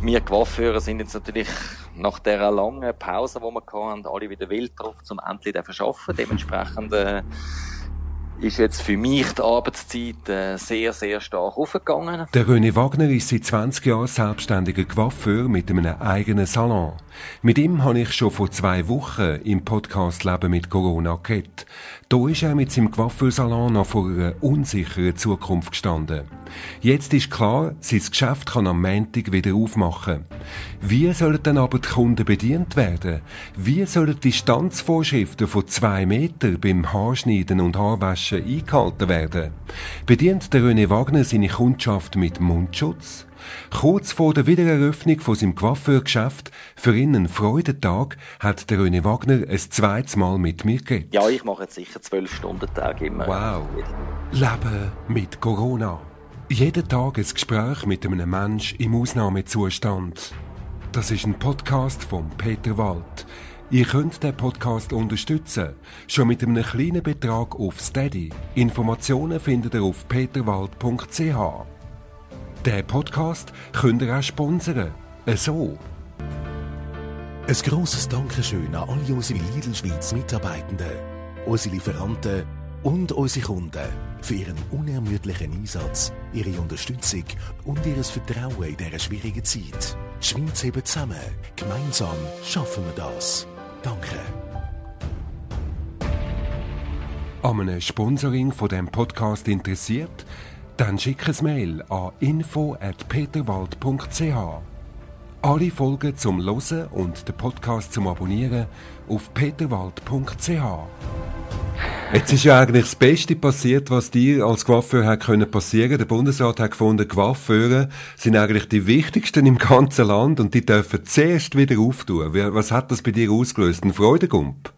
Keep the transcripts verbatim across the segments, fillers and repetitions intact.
wir Coiffeure sind jetzt natürlich nach dieser langen Pause, die wir hatten, alle wieder wild drauf, zum endlich zu arbeiten. Dementsprechend äh, ist jetzt für mich die Arbeitszeit äh, sehr, sehr stark aufgegangen. Der René Wagner ist seit zwanzig Jahren selbstständiger Coiffeur mit einem eigenen Salon. Mit ihm habe ich schon vor zwei Wochen im Podcast «Leben mit Corona» geredet. Da ist er mit seinem Coiffeursalon noch vor einer unsicheren Zukunft gestanden. Jetzt ist klar, sein Geschäft kann am Montag wieder aufmachen. Wie sollen dann aber die Kunden bedient werden? Wie sollen die Distanzvorschriften von zwei Metern beim Haarschneiden und Haarwaschen eingehalten werden? Bedient der René Wagner seine Kundschaft mit Mundschutz? Kurz vor der Wiedereröffnung von seinem Coiffeurgeschäft, für ihn ein Freudentag, hat der René Wagner ein zweites Mal mit mir geredet. Ja, ich mache jetzt sicher zwölf Stunden Tag immer. Wow. Leben mit Corona. Jeden Tag ein Gespräch mit einem Menschen im Ausnahmezustand. Das ist ein Podcast von Peter Wald. Ihr könnt den Podcast unterstützen, schon mit einem kleinen Betrag auf Steady. Informationen findet ihr auf peterwald punkt c h. Den Podcast könnt ihr auch sponsern. So. Ein grosses Dankeschön an alle unsere Lidl Schweiz Mitarbeitenden, unsere Lieferanten und unsere Kunden für ihren unermüdlichen Einsatz, ihre Unterstützung und ihr Vertrauen in dieser schwierigen Zeit. Die Schweiz hebt zusammen. Gemeinsam schaffen wir das. Danke. An einem Sponsoring von diesem Podcast interessiert? Dann schick ein Mail an info at peterwald punkt c h. Alle Folgen zum Hören und den Podcast zum Abonnieren auf peterwald punkt c h. Jetzt ist ja eigentlich das Beste passiert, was dir als Coiffeur hat können passieren. Der Bundesrat hat gefunden, Coiffeure sind eigentlich die wichtigsten im ganzen Land und die dürfen zuerst wieder auftun. Was hat das bei dir ausgelöst? Ein Freudengump?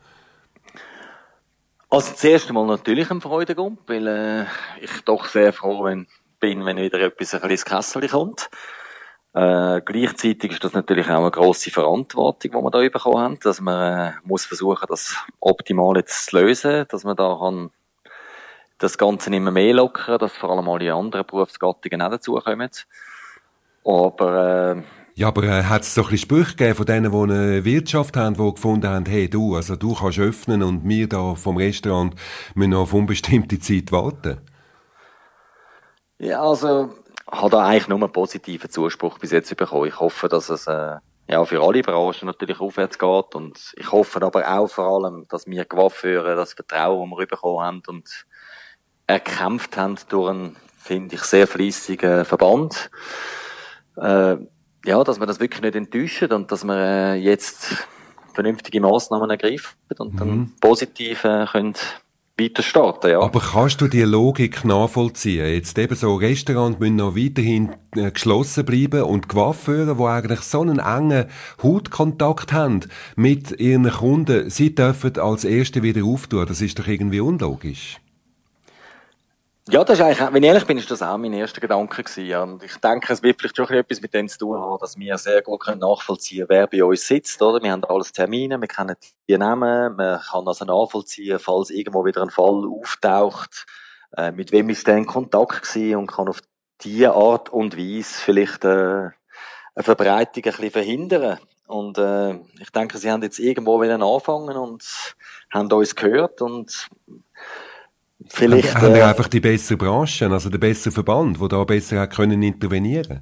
Also das erste Mal natürlich ein Freudengump, weil äh, ich doch sehr froh wenn, bin, wenn wieder etwas ein bisschen ins Kessel kommt. Äh, gleichzeitig ist das natürlich auch eine grosse Verantwortung, die wir da bekommen haben, dass man äh, muss versuchen, das optimal jetzt zu lösen, dass man da kann das Ganze nicht mehr, mehr lockern, dass vor allem alle anderen Berufsgattungen auch dazukommen. Aber äh, Ja, aber äh, hat es so ein bisschen Sprüche gegeben von denen, die eine Wirtschaft haben, die gefunden haben, hey du, also du kannst öffnen und wir da vom Restaurant müssen noch auf unbestimmte Zeit warten? Ja, also ich habe da eigentlich nur einen positiven Zuspruch bis jetzt bekommen. Ich hoffe, dass es äh, ja für alle Branchen natürlich aufwärts geht und ich hoffe aber auch vor allem, dass wir Coiffeure das Vertrauen, das wir bekommen haben und erkämpft haben durch einen, finde ich, sehr fleissigen Verband, äh, ja, dass wir das wirklich nicht enttäuschen und dass wir äh, jetzt vernünftige Massnahmen ergreifen und mhm. dann positiv äh, können weiter starten, ja. Aber kannst du die Logik nachvollziehen? Jetzt eben so Restaurants müssen noch weiterhin äh, geschlossen bleiben und Coiffeure, die eigentlich so einen engen Hautkontakt haben mit ihren Kunden, sie dürfen als Erste wieder auftun. Das ist doch irgendwie unlogisch. Ja, das ist eigentlich, wenn ich ehrlich bin, ist das auch mein erster Gedanke gewesen. Und ich denke, es wird vielleicht schon etwas mit dem zu tun haben, dass wir sehr gut nachvollziehen können, wer bei uns sitzt, oder? Wir haben alles Termine, wir kennen die Namen, man kann also nachvollziehen, falls irgendwo wieder ein Fall auftaucht, äh, mit wem ist der in Kontakt gewesen und kann auf diese Art und Weise vielleicht, äh, eine Verbreitung ein bisschen verhindern. Und, äh, ich denke, sie haben jetzt irgendwo wieder angefangen und haben uns gehört und, vielleicht, haben wir äh, einfach die bessere Branche, also den besseren Verband, der da besser hat können intervenieren?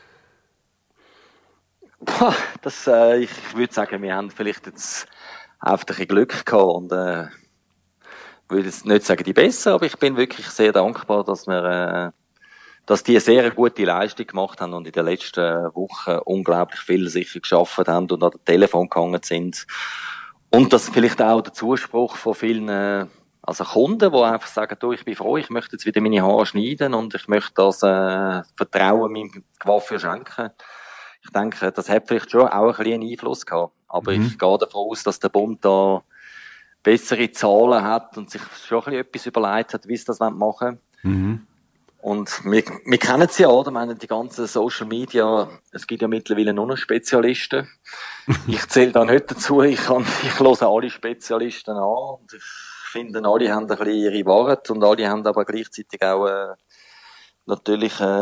Das, äh, ich würde sagen, wir haben vielleicht jetzt einfach ein bisschen Glück gehabt und äh, ich würde jetzt nicht sagen die besser, aber ich bin wirklich sehr dankbar, dass wir, äh, dass die eine sehr gute Leistung gemacht haben und in den letzten Wochen unglaublich viel sicher geschafft haben und an das Telefon gegangen sind und dass vielleicht auch der Zuspruch von vielen äh, Also Kunden, die einfach sagen, du, ich bin froh, ich möchte jetzt wieder meine Haare schneiden und ich möchte das äh, Vertrauen meinem Coiffeur schenken. Ich denke, das hat vielleicht schon auch ein bisschen Einfluss gehabt. Aber mhm. ich gehe davon aus, dass der Bund da bessere Zahlen hat und sich schon ein bisschen etwas überlegt hat, wie sie das machen wollen. Mhm. Und wir, wir kennen es ja, oder? Ich meine, die ganzen Social Media, es gibt ja mittlerweile nur noch Spezialisten. Ich zähle da nicht dazu, ich kann, ich höre alle Spezialisten an und ich finde, alle haben ein bisschen ihre Wahrheit und alle haben aber gleichzeitig auch äh, natürlich äh,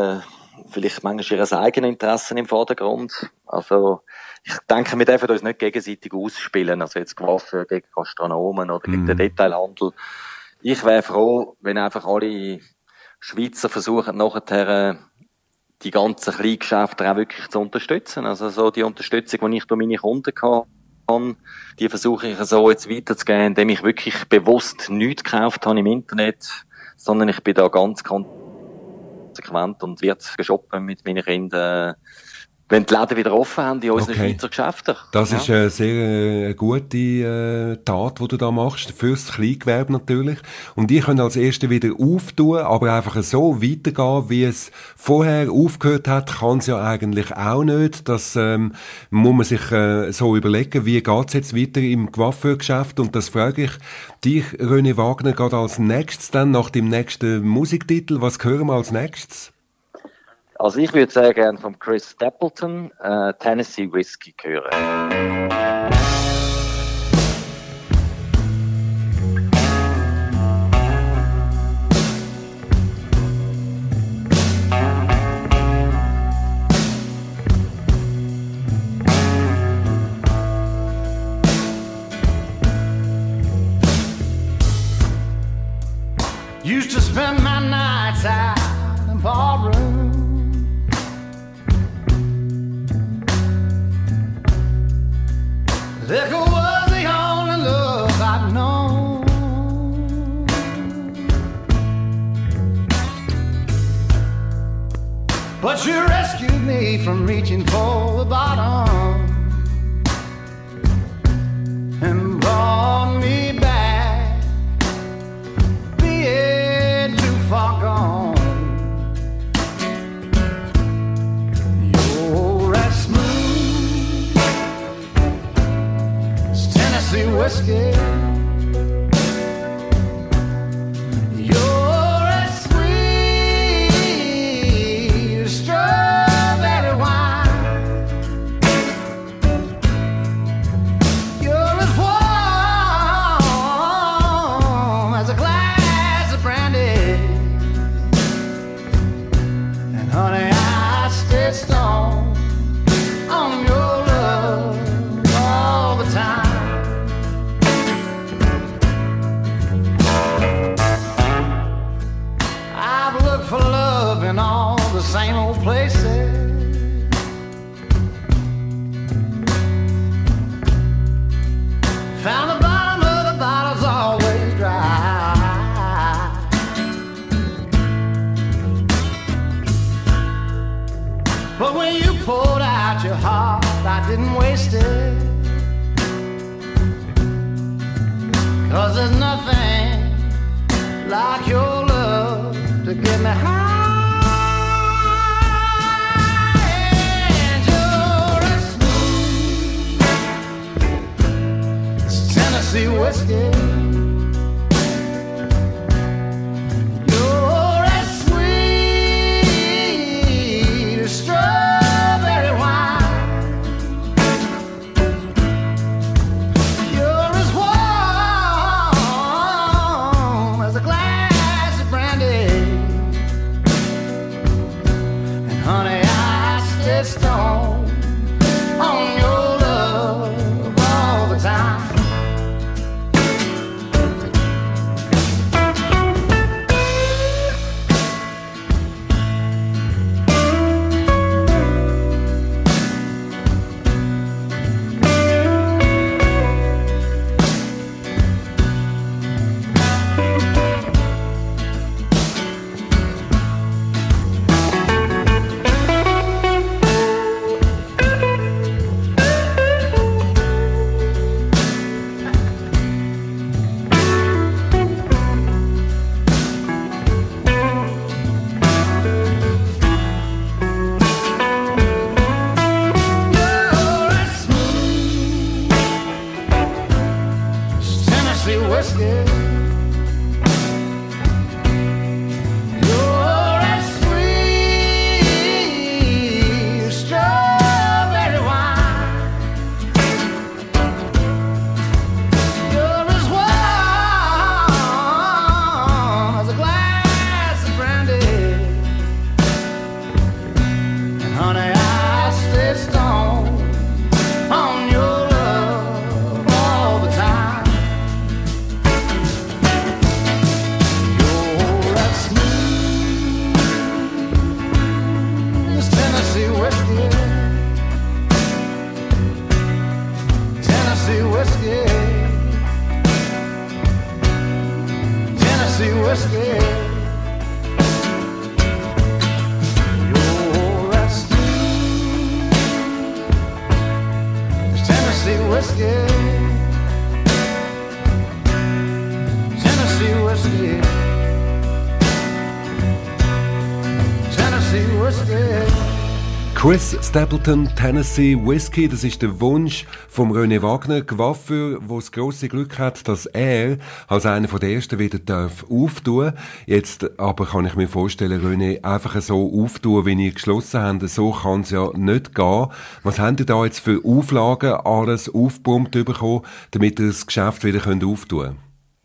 vielleicht manchmal ihr eigenes Interesse im Vordergrund. Also, ich denke, wir dürfen uns nicht gegenseitig ausspielen, also jetzt Coiffeur gegen Gastronomen oder gegen mm. den Detailhandel. Ich wäre froh, wenn einfach alle Schweizer versuchen, nachher die ganzen Kleingeschäfte auch wirklich zu unterstützen. Also so die Unterstützung, die ich durch meine Kunden habe, die versuche ich so jetzt weiterzugeben, indem ich wirklich bewusst nichts gekauft habe im Internet, sondern ich bin da ganz konsequent und werde shoppen mit meinen Kindern, wenn die Läden wieder offen haben in unseren okay. Schweizer Geschäften. Das ja. ist eine sehr äh, gute äh, Tat, die du da machst, fürs Kleingewerbe natürlich. Und die können als Erste wieder auftun, aber einfach so weitergehen, wie es vorher aufgehört hat, kann es ja eigentlich auch nicht. Das ähm, muss man sich äh, so überlegen, wie geht's jetzt weiter im Coiffeurgeschäft. Und das frage ich dich, René Wagner, gerade als nächstes dann, nach dem nächsten Musiktitel. Was hören wir als nächstes? Also ich würde sehr gerne von Chris Stapleton äh, Tennessee Whiskey hören. Used to spend my nights out in ballroom. Liquor was the only love I'd known. But you rescued me from reaching for the bottom and brought me back, being too far gone. You're as smooth as Tennessee whiskey. You're as sweet as strawberry wine. You're as warm as a glass of brandy. And honey, I stay stoned on your love all the time. I've looked for love in all the same old places. Found the bottom of the bottle's always dry. But when you poured out your heart, I didn't waste it. 'Cause there's nothing like your love to get me high. And you're as smooth as Tennessee whiskey. You're as sweet as strawberry wine. You're as warm as a glass of brandy. And honey, I stay stoned on your love all the time. Honey, I stay stoned on your love all the time. You're that smooth as Tennessee whiskey, Tennessee whiskey, Tennessee whiskey. Whiskey, Tennessee whiskey, Tennessee whiskey. Chris Stapleton, Tennessee Whiskey, das ist der Wunsch vom René Wagner, Coiffeur, der das grosse Glück hat, dass er als einer der Ersten wieder darf auftun. Jetzt aber kann ich mir vorstellen, René, einfach so auftun, wie ihr geschlossen habt, so kann es ja nicht gehen. Was habt ihr da jetzt für Auflagen alles aufgepumpt bekommen, damit ihr das Geschäft wieder auftun könnt?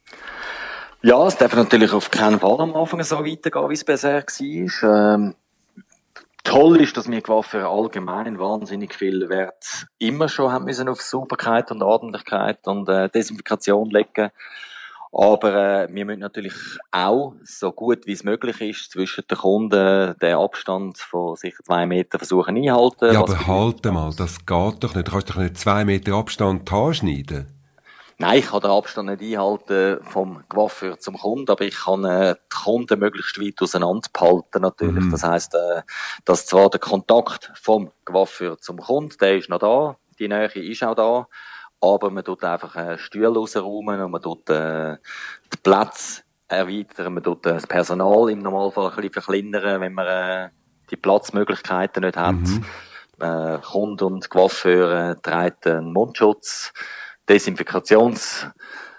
Ja, es darf natürlich auf keinen Fall am Anfang so weitergehen, wie es bisher war. Ähm Toll ist, dass wir Coiffeure allgemein wahnsinnig viel Wert immer schon haben müssen auf Sauberkeit und Ordentlichkeit und äh, Desinfektion legen. Aber äh, wir müssen natürlich auch, so gut wie es möglich ist, zwischen den Kunden den Abstand von sicher zwei Meter versuchen einhalten. Ja, aber halt mal, das geht doch nicht. Du kannst doch nicht zwei Meter Abstand schneiden. Nein, ich kann den Abstand nicht einhalten vom Coiffeur zum Kunden, aber ich kann äh, die Kunden möglichst weit auseinander behalten, natürlich. Mhm. Das heisst, äh, dass zwar der Kontakt vom Coiffeur zum Kunden, der ist noch da, die Nähe ist auch da, aber man tut einfach äh, Stühle rausräumen und man tut äh, den Platz erweitern, man tut äh, das Personal im Normalfall ein bisschen verkleinern, wenn man äh, die Platzmöglichkeiten nicht hat. Mhm. Äh, Kunde und Coiffeur äh, tragen einen Mundschutz. Desinfektionsmittel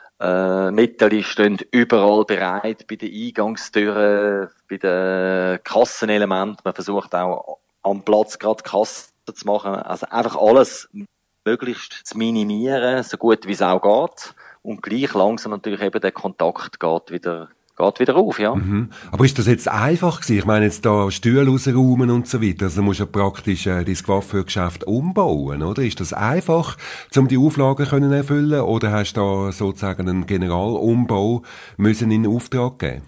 äh, stehen überall bereit, bei den Eingangstüren, bei den Kassenelementen. Man versucht auch am Platz gerade Kassen zu machen. Also einfach alles möglichst zu minimieren, so gut wie es auch geht. Und gleich langsam natürlich eben der Kontakt geht wieder geht wieder auf, ja. Mhm. Aber ist das jetzt einfach gewesen? Ich meine, jetzt da Stühle rausräumen und so weiter. Also, du musst ja praktisch äh, dein Coiffeurgeschäft umbauen, oder? Ist das einfach, um die Auflagen können erfüllen? Oder hast du da sozusagen einen Generalumbau müssen in Auftrag geben?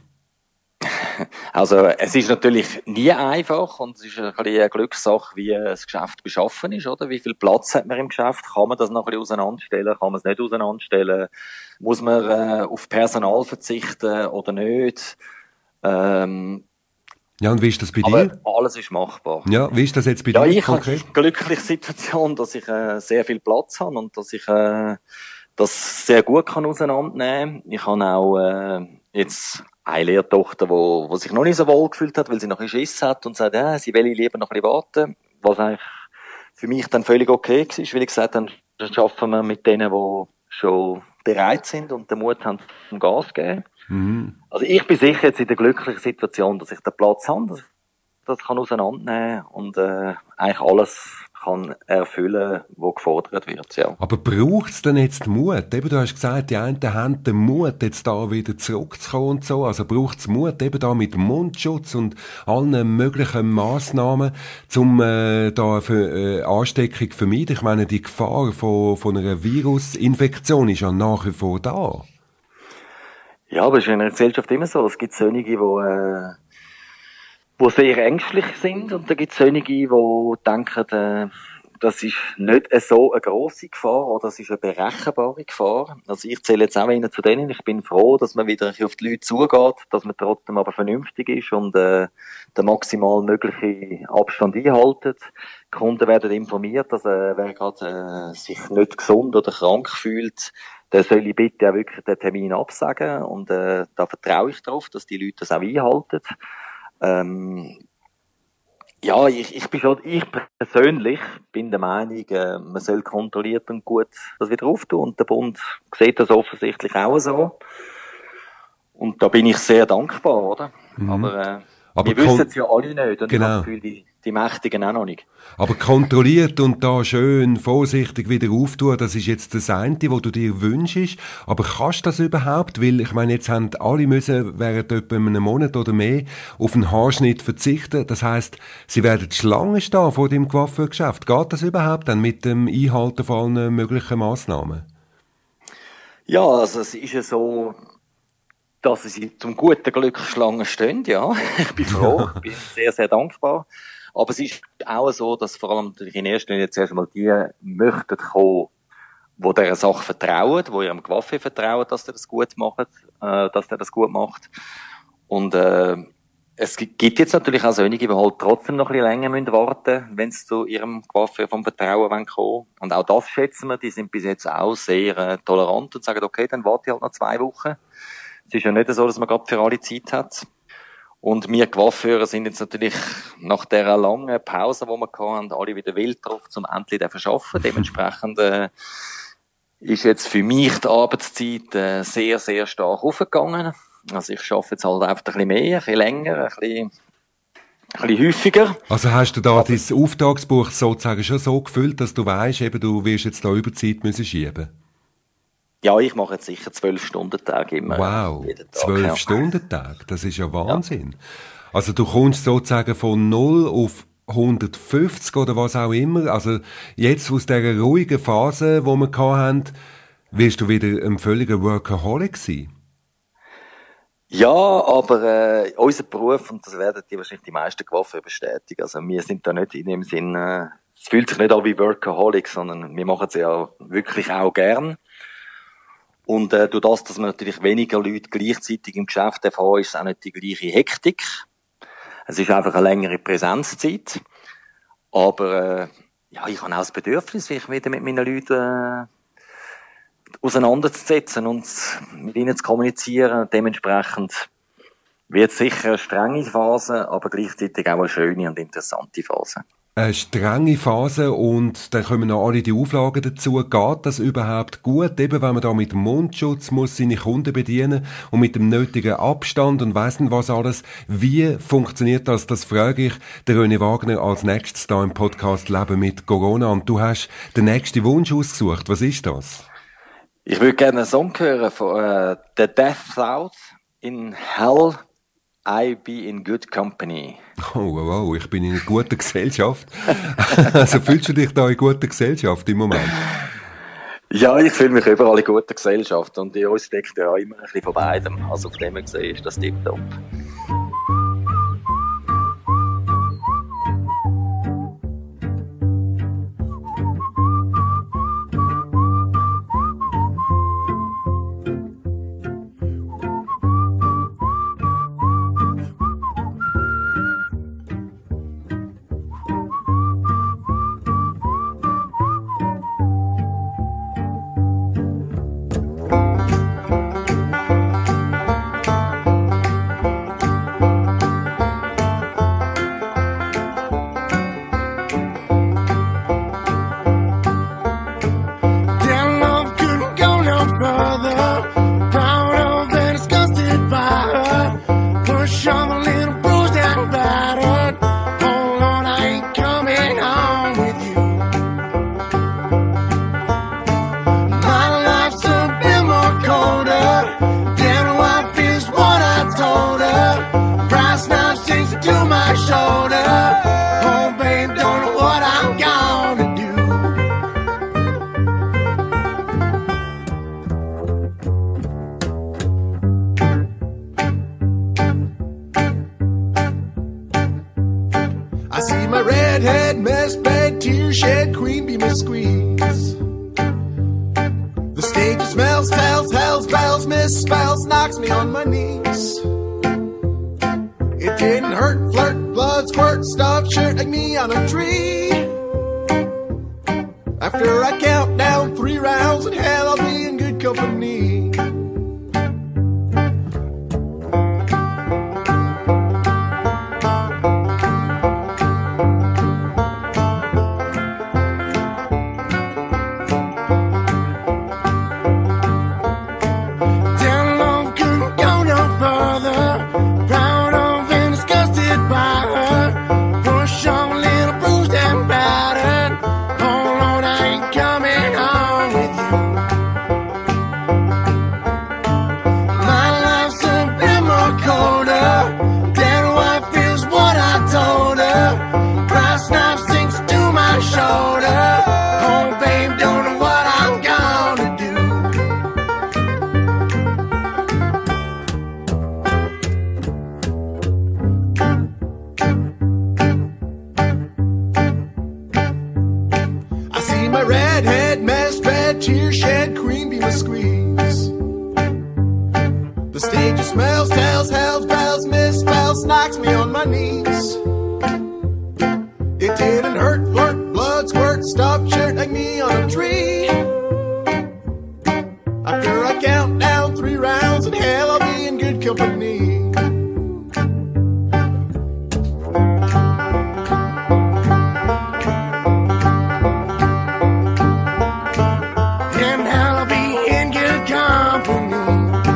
Also, es ist natürlich nie einfach und es ist ein bisschen eine Glückssache, wie das Geschäft beschaffen ist, oder? Wie viel Platz hat man im Geschäft? Kann man das noch ein bisschen auseinanderstellen? Kann man es nicht auseinanderstellen? Muss man äh, auf Personal verzichten oder nicht? Ähm, ja, und wie ist das bei aber dir? Alles ist machbar. Ja, wie ist das jetzt bei ja, dir? Ich habe die glückliche Situation, dass ich äh, sehr viel Platz habe und dass ich äh, das sehr gut kann auseinandernehmen. Ich habe auch äh, jetzt eine Lehrtochter, die wo, wo sich noch nicht so wohl gefühlt hat, weil sie noch ein bisschen Schiss hat und sagt, ja, sie will lieber noch ein bisschen warten. Was eigentlich für mich dann völlig okay war, weil ich gesagt habe, dann arbeiten wir mit denen, die schon bereit sind und den Mut haben, zum Gas zu geben. Mhm. Also ich bin sicher jetzt in der glücklichen Situation, dass ich den Platz habe, dass ich das kann auseinandernehmen und äh, eigentlich alles kann erfüllen, was gefordert wird, ja. Aber braucht es denn jetzt Mut? Eben, du hast gesagt, die einen haben den Mut, jetzt da wieder zurückzukommen und so. Also braucht es Mut, eben da mit Mundschutz und allen möglichen Massnahmen, um äh, da für äh, Ansteckung zu vermeiden. Ich meine, die Gefahr von, von einer Virusinfektion ist ja nach wie vor da. Ja, aber es ist in einer Gesellschaft immer so. Es gibt solche, die äh, die sehr ängstlich sind und da gibt es solche, die denken, äh, das ist nicht so eine grosse Gefahr oder das ist eine berechenbare Gefahr. Also ich zähle jetzt auch einer zu denen. Ich bin froh, dass man wieder auf die Leute zugeht, dass man trotzdem aber vernünftig ist und äh, den maximal möglichen Abstand einhaltet. Die Kunden werden informiert, dass äh, wer gerade äh, sich nicht gesund oder krank fühlt, der soll ich bitte auch wirklich den Termin absagen und äh, da vertraue ich darauf, dass die Leute das auch einhalten. Ähm, ja, ich, ich bin schon, ich persönlich bin der Meinung, äh, man soll kontrolliert und gut das wieder auftun und der Bund sieht das offensichtlich auch so. Und da bin ich sehr dankbar, oder? Mhm. Aber, äh, Aber wir wissen es ja alle nicht und genau. ich habe das Gefühl, die, die Mächtigen auch noch nicht. Aber kontrolliert und da schön vorsichtig wieder auftun, das ist jetzt das eine, was du dir wünschst. Aber kannst du das überhaupt? Weil, ich meine, jetzt haben alle müssen während etwa einem Monat oder mehr auf einen Haarschnitt verzichten. Das heisst, sie werden Schlange stehen vor dem Coiffeurgeschäft. Geht das überhaupt dann mit dem Einhalten von allen möglichen Massnahmen? Ja, also es ist ja so, dass sie zum guten Glück Schlangen stehen, ja. Ich bin froh, ich bin sehr, sehr dankbar. Aber es ist auch so, dass vor allem in erster Linie zuerst mal die möchten kommen, die dieser Sache vertrauen, die ihrem Coiffeur vertrauen, dass der das gut macht, äh, dass der das gut macht. Und äh, es gibt jetzt natürlich auch solche, die halt trotzdem noch ein bisschen länger müssen warten, wenn sie zu ihrem Coiffeur vom Vertrauen kommen wollen. Und auch das schätzen wir, die sind bis jetzt auch sehr äh, tolerant und sagen, okay, dann warte ich halt noch zwei Wochen. Es ist ja nicht so, dass man gerade für alle Zeit hat. Und wir Coiffeure sind jetzt natürlich nach dieser langen Pause, die wir hatten, alle wieder wild drauf, zum endlich zu arbeiten. Dementsprechend äh, ist jetzt für mich die Arbeitszeit äh, sehr, sehr stark aufgegangen. Also ich arbeite jetzt halt einfach ein bisschen mehr, ein bisschen länger, ein bisschen, ein bisschen häufiger. Also hast du da dein Auftragsbuch sozusagen schon so gefüllt, dass du weisst, eben, du wirst jetzt da Überzeit müssen schieben? Ja, ich mache jetzt sicher zwölf Stunden Tag immer. Wow, zwölf Stunden Tag, das ist ja Wahnsinn. Ja. Also du kommst sozusagen von null auf hundertfünfzig oder was auch immer. Also jetzt aus dieser ruhigen Phase, die wir hatten, wirst du wieder ein völliger Workaholic sein. Ja, aber äh, unser Beruf, und das werden die wahrscheinlich die meisten Coiffeure bestätigen, also wir sind da nicht in dem Sinn, äh, es fühlt sich nicht an wie Workaholic, sondern wir machen es ja wirklich auch gern. Und äh, durch das, dass man natürlich weniger Leute gleichzeitig im Geschäft erfahren, ist es auch nicht die gleiche Hektik. Es ist einfach eine längere Präsenzzeit. Aber äh, ja, ich habe auch das Bedürfnis, mich wieder mit meinen Leuten äh, auseinanderzusetzen und mit ihnen zu kommunizieren. Dementsprechend wird es sicher eine strenge Phase, aber gleichzeitig auch eine schöne und interessante Phase. Eine strenge Phase und dann kommen noch alle die Auflagen dazu. Geht das überhaupt gut, eben wenn man da mit dem Mundschutz muss seine Kunden bedienen und mit dem nötigen Abstand und weiss nicht was alles? Wie funktioniert das? Das frage ich der René Wagner als nächstes da im Podcast Leben mit Corona. Und du hast den nächsten Wunsch ausgesucht. Was ist das? Ich würde gerne einen Song hören von uh, The Death Cloud in Hell. I be in good company. Oh, wow, wow, ich bin in guter Gesellschaft. Also fühlst du dich da in guter Gesellschaft im Moment? Ja, ich fühle mich überall in guter Gesellschaft und in uns steckt ja immer ein bisschen von beidem. Also auf dem gesehen ist das tipptopp. Push on need my redhead, mess, dread, tear shed, cream beam a squeeze. The stage smells, tells, hells, bells, misspells, knocks me on my knees. It didn't hurt, flirt, blood, squirt, stuff, shirt like me on a tree. After I count down three rounds in hell, I'll be in good company. In hell, I'll be in good company.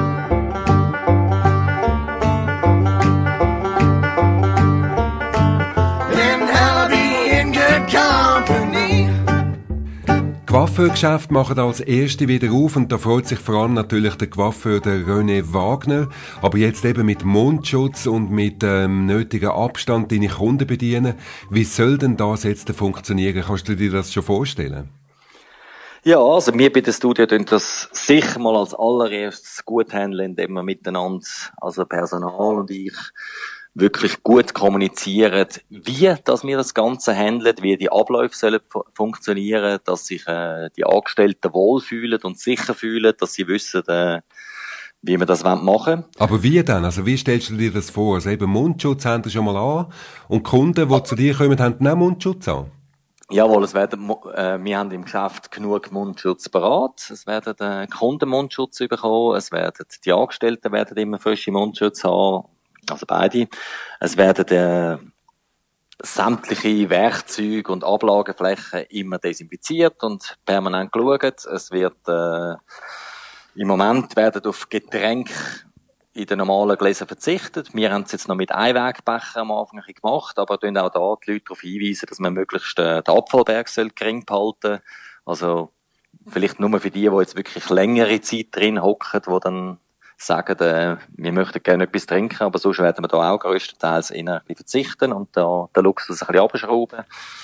In hell, I'll be in good company. Coiffeurgeschäfte machen als erste wieder auf und da freut sich vor allem natürlich der Coiffeur, der René Wagner. Aber jetzt eben mit Mundschutz und mit ähm, nötigem Abstand deine Kunden bedienen. Wie soll denn das jetzt funktionieren? Kannst du dir das schon vorstellen? Ja, also wir bei der Studio tun das sicher mal als allererstes gut handeln, indem wir miteinander, also Personal und ich, wirklich gut kommunizieren, wie dass wir das Ganze handeln, wie die Abläufe sollen fu- funktionieren, dass sich äh, die Angestellten wohlfühlen und sicher fühlen, dass sie wissen, äh, wie wir das machen wollen. Aber wie denn? Also wie stellst du dir das vor? Also eben Mundschutz haben die schon mal an und die Kunden, die zu dir kommen, haben auch Mundschutz an? Jawohl, es werden, äh, wir haben im Geschäft genug Mundschutz parat. Es werden äh, Kunden Mundschutz bekommen, es werden, die Angestellten werden immer frische Mundschutz haben. Also beide. Es werden äh, sämtliche Werkzeuge und Ablageflächen immer desinfiziert und permanent geschaut. Es wird äh, im Moment werden auf Getränke in den normalen Gläsern verzichtet. Wir haben es jetzt noch mit Einwegbecher am Anfang ein bisschen gemacht, aber tun auch da die Leute darauf hinweisen, dass man möglichst äh, den Abfallberg soll gering behalten. Also vielleicht nur für die, die jetzt wirklich längere Zeit drin hocken, die dann sagen, äh, wir möchten gerne etwas trinken, aber sonst werden wir da auch grösstenteils eher ein bisschen verzichten und da den Luxus ein bisschen abschrauben.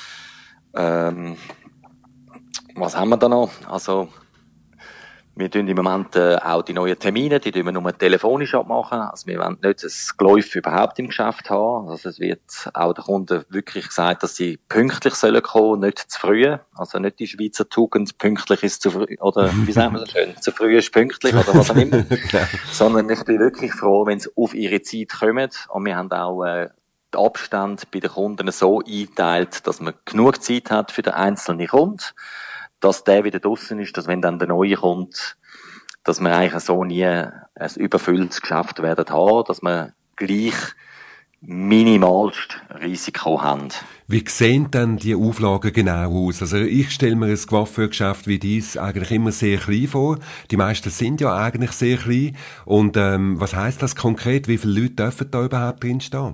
Ähm, was haben wir da noch? Also, wir tun im Moment äh, auch die neuen Termine, die tun wir nur telefonisch abmachen. Also wir wollen nicht das Geläuf überhaupt im Geschäft haben. Also es wird auch den Kunden wirklich gesagt, dass sie pünktlich sollen kommen, nicht zu früh. Also nicht die Schweizer Tugend, pünktlich ist zu früh, oder wie sagen wir das schön, zu früh ist pünktlich oder was auch immer. Sondern ich bin wirklich froh, wenn sie auf ihre Zeit kommen. Und wir haben auch äh, den Abstand bei den Kunden so eingeteilt, dass man genug Zeit hat für den einzelnen Kunden, dass der wieder draussen ist, dass wenn dann der Neue kommt, dass wir eigentlich so nie ein überfülltes Geschäft werden haben, dass wir gleich minimalst Risiko haben. Wie sehen denn die Auflagen genau aus? Also ich stelle mir ein Coiffeurgeschäft wie dies eigentlich immer sehr klein vor. Die meisten sind ja eigentlich sehr klein. Und ähm, was heisst das konkret? Wie viele Leute dürfen da überhaupt drinstehen?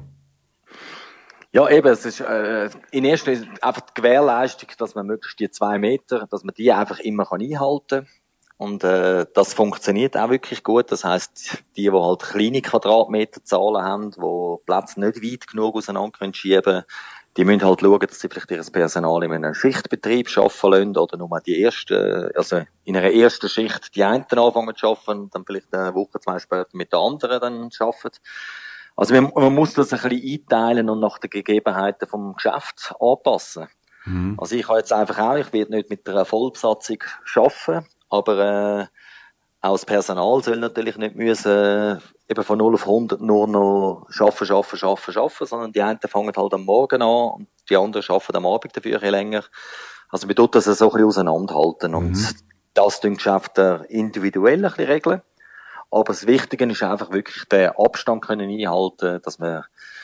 Ja, eben, es ist äh, in erster Linie einfach die Gewährleistung, dass man möglichst die zwei Meter, dass man die einfach immer kann einhalten kann. Und äh, das funktioniert auch wirklich gut. Das heisst, die, die halt kleine Quadratmeterzahlen haben, die Plätze nicht weit genug auseinander können schieben, die müssen halt schauen, dass sie vielleicht ihr Personal in einem Schichtbetrieb arbeiten lassen oder nur die erste, also in einer ersten Schicht die einen anfangen zu arbeiten und dann vielleicht eine Woche, zwei später mit der anderen dann arbeiten. Also man, man muss das ein bisschen einteilen und nach den Gegebenheiten vom Geschäft anpassen. Mhm. Also ich habe jetzt einfach auch, ich werde nicht mit einer Vollbesatzung arbeiten, aber äh, auch das Personal soll natürlich nicht müssen, äh, eben von null auf hundert nur noch arbeiten, arbeiten, arbeiten, arbeiten, sondern die einen fangen halt am Morgen an und die anderen arbeiten am Abend dafür ein bisschen länger. Also wir tun das so ein bisschen auseinanderhalten und mhm. das tun die Geschäfte individuell ein bisschen regeln. Aber das Wichtige ist einfach wirklich den Abstand können einhalten, dass man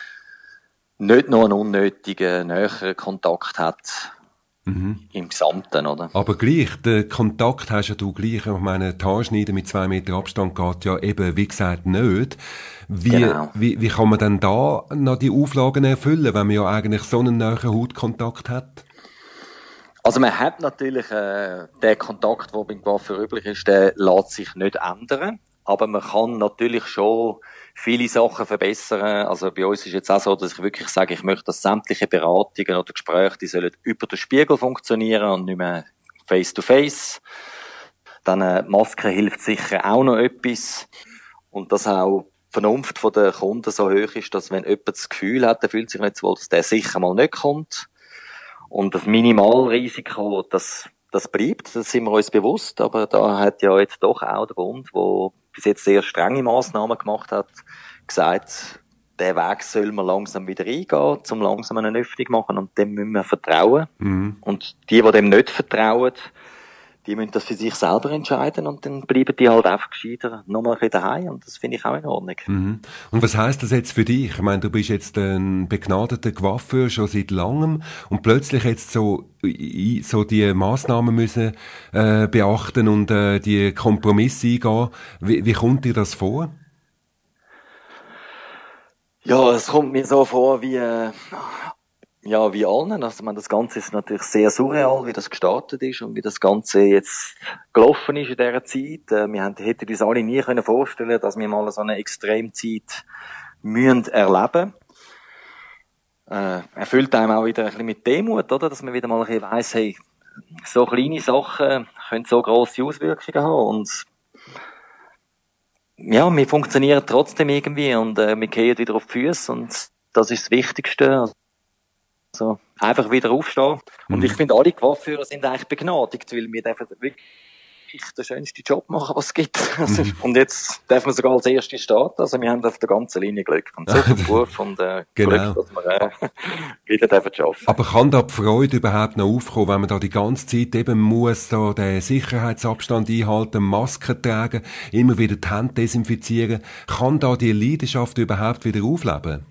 nicht nur einen unnötigen, näheren Kontakt hat mhm. im Gesamten, oder? Aber gleich, den Kontakt hast ja du gleich. Ich meine, die Haarschneiden mit zwei Meter Abstand geht ja eben, wie gesagt, nicht. Wie, genau. wie, wie kann man denn da noch die Auflagen erfüllen, wenn man ja eigentlich so einen nahen Hautkontakt hat? Also man hat natürlich äh, den Kontakt, der beim Coiffeur üblich ist, der lässt sich nicht ändern. Aber man kann natürlich schon viele Sachen verbessern. Also bei uns ist jetzt auch so, dass ich wirklich sage, ich möchte, dass sämtliche Beratungen oder Gespräche, die sollen über den Spiegel funktionieren und nicht mehr face to face. Dann äh, Maske hilft sicher auch noch etwas. Und dass auch die Vernunft der Kunden so hoch ist, dass wenn jemand das Gefühl hat, der fühlt sich nicht so wohl, dass der sicher mal nicht kommt. Und das Minimalrisiko, das das bleibt, das sind wir uns bewusst, aber da hat ja jetzt doch auch der Bund, der bis jetzt sehr strenge Massnahmen gemacht hat, gesagt, den Weg soll man langsam wieder eingehen, um langsam eine Öffnung machen und dem müssen wir vertrauen. Mhm. Und die, die dem nicht vertrauen, die müssen das für sich selber entscheiden und dann bleiben die halt einfach gescheiter nochmal ein bisschen daheim und das finde ich auch in Ordnung. Mhm. Und was heisst das jetzt für dich? Ich meine, du bist jetzt ein begnadeter Coiffeur schon seit langem und plötzlich jetzt so, so die Massnahmen müssen äh, beachten und äh, die Kompromisse eingehen. Wie, wie kommt dir das vor? Ja, es kommt mir so vor wie... Äh, Ja, wie allen. Also, man, das Ganze ist natürlich sehr surreal, wie das gestartet ist und wie das Ganze jetzt gelaufen ist in dieser Zeit. Äh, wir hätten uns alle nie können vorstellen, dass wir mal so eine Extremzeit müssen erleben. Äh, erfüllt einem auch wieder ein bisschen mit Demut, oder? Dass man wieder mal ein bisschen weiss, hey, so kleine Sachen können so grosse Auswirkungen haben und ja, wir funktionieren trotzdem irgendwie und äh, wir gehen wieder auf die Füße und das ist das Wichtigste. Also, einfach wieder aufstehen. Und mhm. ich finde, alle Coiffeure sind eigentlich begnadigt, weil wir dürfen wirklich den schönsten Job machen, was es gibt. Also, mhm. Und jetzt dürfen wir sogar als Erste starten. Also, wir haben auf der ganzen Linie Glück. Und so viel Beruf und äh, genau. Glück, dass wir äh, wieder dürfen arbeiten. Aber kann da die Freude überhaupt noch aufkommen, wenn man da die ganze Zeit eben muss, da den Sicherheitsabstand einhalten, Masken tragen, immer wieder die Hände desinfizieren? Kann da die Leidenschaft überhaupt wieder aufleben?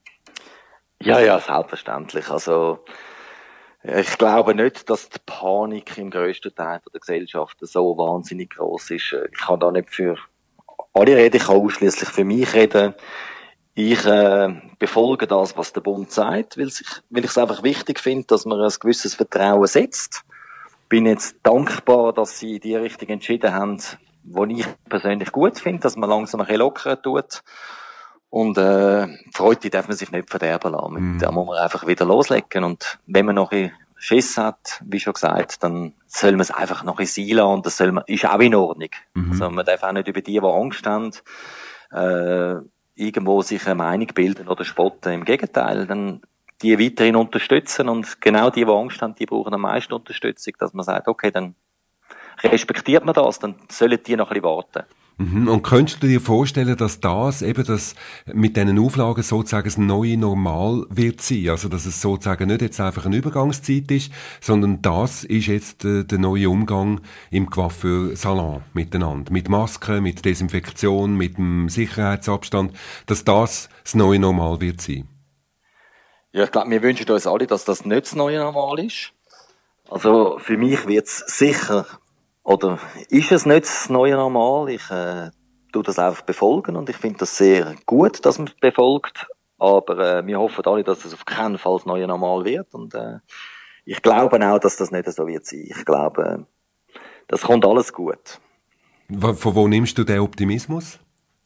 Ja, ja, selbstverständlich. Also, ich glaube nicht, dass die Panik im grössten Teil der Gesellschaft so wahnsinnig gross ist. Ich kann da nicht für alle reden, ich kann ausschliesslich für mich reden. Ich äh, befolge das, was der Bund sagt, weil ich weil ich es einfach wichtig finde, dass man ein gewisses Vertrauen setzt. Bin jetzt dankbar, dass sie die Richtung entschieden haben, die ich persönlich gut finde, dass man langsam ein bisschen lockerer tut. Und äh, Freude darf man sich nicht verderben lassen. Mm. Da muss man einfach wieder loslegen. Und wenn man noch ein Schiss hat, wie schon gesagt, dann soll man es einfach noch ein sein lassen. Und das soll man, ist auch in Ordnung. Mm-hmm. Also man darf auch nicht über die, die Angst haben, äh, irgendwo sich eine Meinung bilden oder spotten. Im Gegenteil, dann die weiterhin unterstützen. Und genau die, die Angst haben, die brauchen am meisten Unterstützung, dass man sagt, okay, dann respektiert man das, dann sollen die noch ein bisschen warten. Mhm. Und könntest du dir vorstellen, dass das eben das mit diesen Auflagen sozusagen das neue Normal wird sein? Also, dass es sozusagen nicht jetzt einfach eine Übergangszeit ist, sondern das ist jetzt äh, der neue Umgang im Coiffeursalon miteinander. Mit Masken, mit Desinfektion, mit dem Sicherheitsabstand, dass das das neue Normal wird sein? Ja, ich glaube, wir wünschen uns alle, dass das nicht das neue Normal ist. Also, für mich wird es sicher Oder ist es nicht das neue Normal? Ich äh, tue das einfach befolgen und ich finde das sehr gut, dass man es befolgt. Aber äh, wir hoffen alle, dass es auf keinen Fall das neue Normal wird. Und äh, ich glaube auch, dass das nicht so wird sein. Ich glaube, äh, das kommt alles gut. Von wo nimmst du den Optimismus?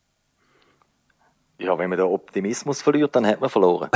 Ja, wenn man den Optimismus verliert, dann hat man verloren.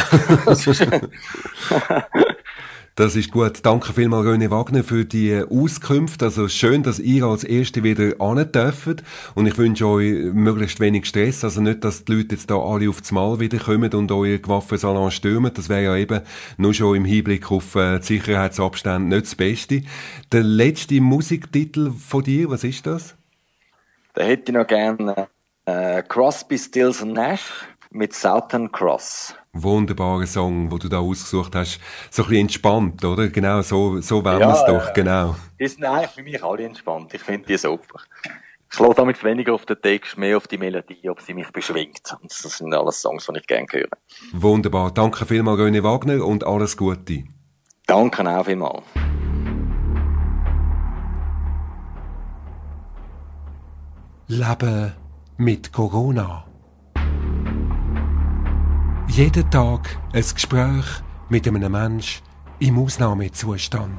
Das ist gut. Danke vielmals, René Wagner, für die Auskünfte. Also schön, dass ihr als Erste wieder ran dürft. Und ich wünsche euch möglichst wenig Stress. Also nicht, dass die Leute jetzt da alle aufs Mal wieder kommen und euer Coiffeursalon stürmen. Das wäre ja eben nur schon im Hinblick auf äh, die Sicherheitsabstände nicht das Beste. Der letzte Musiktitel von dir, was ist das? Da hätte ich noch gerne äh, Crosby, Stills and Nash mit Southern Cross. Wunderbarer Song, den du da ausgesucht hast. So ein bisschen entspannt, oder? Genau, so, so wollen ja, wir es doch, äh, genau. Die sind eigentlich für mich alle entspannt. Ich finde die super. Ich höre damit weniger auf den Text, mehr auf die Melodie, ob sie mich beschwingt. Und das sind alles Songs, die ich gerne höre. Wunderbar. Danke vielmals, René Wagner, und alles Gute. Danke auch vielmals. Leben mit Corona. Jeden Tag ein Gespräch mit einem Menschen im Ausnahmezustand.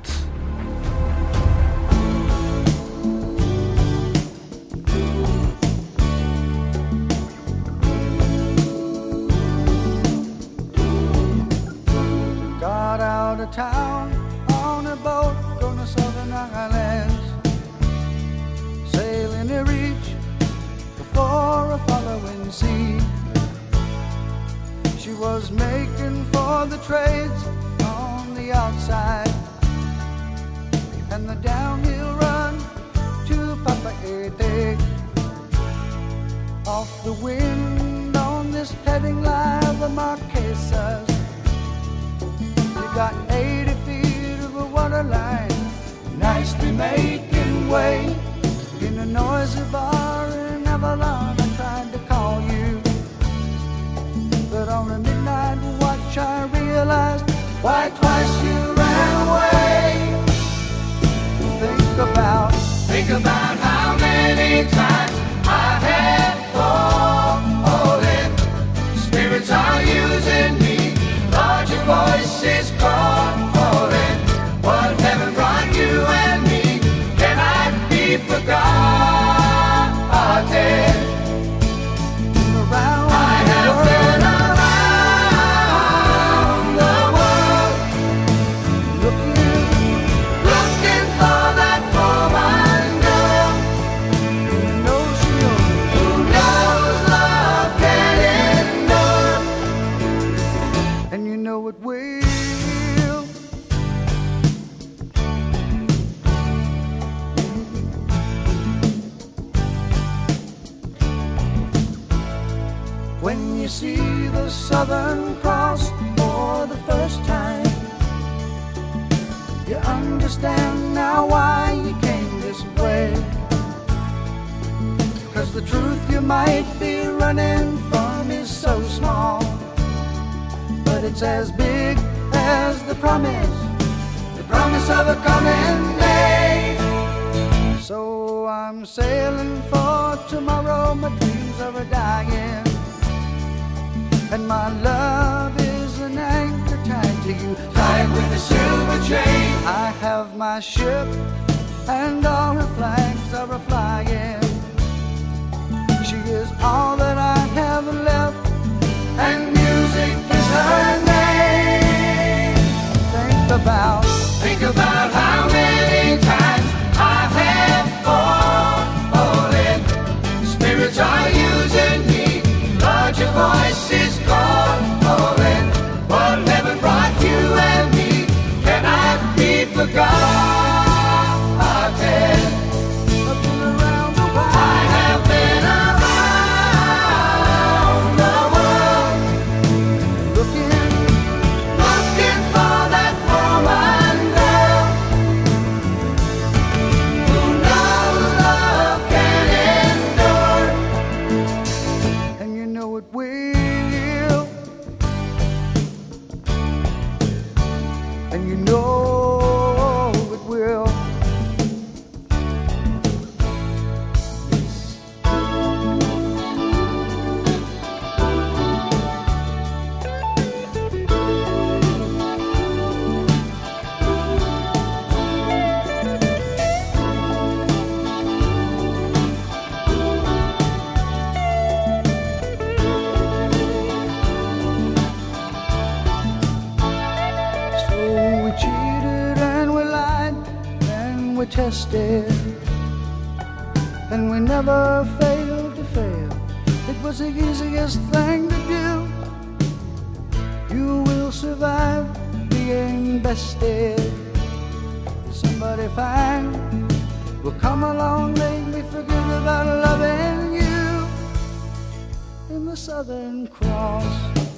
Got out of town on a boat going to Southern Islands, sailing to reach before a following sea. She was making for the trades on the outside, and the downhill run to Papa Ete. Off the wind on this heading line of the Marquesas, you got eighty feet of a water line, nicely making way. In a noisy bar in Avalon, I tried to call you, but on a midnight watch I realized why twice you ran away. Think about, think about how many times I have fallen. Spirits are using me, larger voices calling. What heaven brought you and me cannot be forgotten. Around I have been around the world, looking, looking for that woman girl who knows, she knows, who knows love can endure, and you know it will. When you see the Southern Cross for the first time, you understand now why you came this way. 'Cause the truth you might be running from is so small, but it's as big as the promise, the promise of a coming day. So I'm sailing for tomorrow, my dreams are a dying, and my love is an anchor tied to you, tied with a silver chain. I have my ship and all her flags are a flying. She is all that I have left, and music is her name. Think about, think about how many times I have fallen. Spirits are using me, larger voices calling. What heaven brought you and me cannot be forgotten. I've been around the world. I have been around the world, looking, looking for that woman girl who knows love can endure, and you know it will, and you know it will. So we cheated and we lied and we tested, and we never failed to fail. It was the easiest thing to do. You will survive being bested. Somebody fine will come along, make me forget about loving you. In the Southern Cross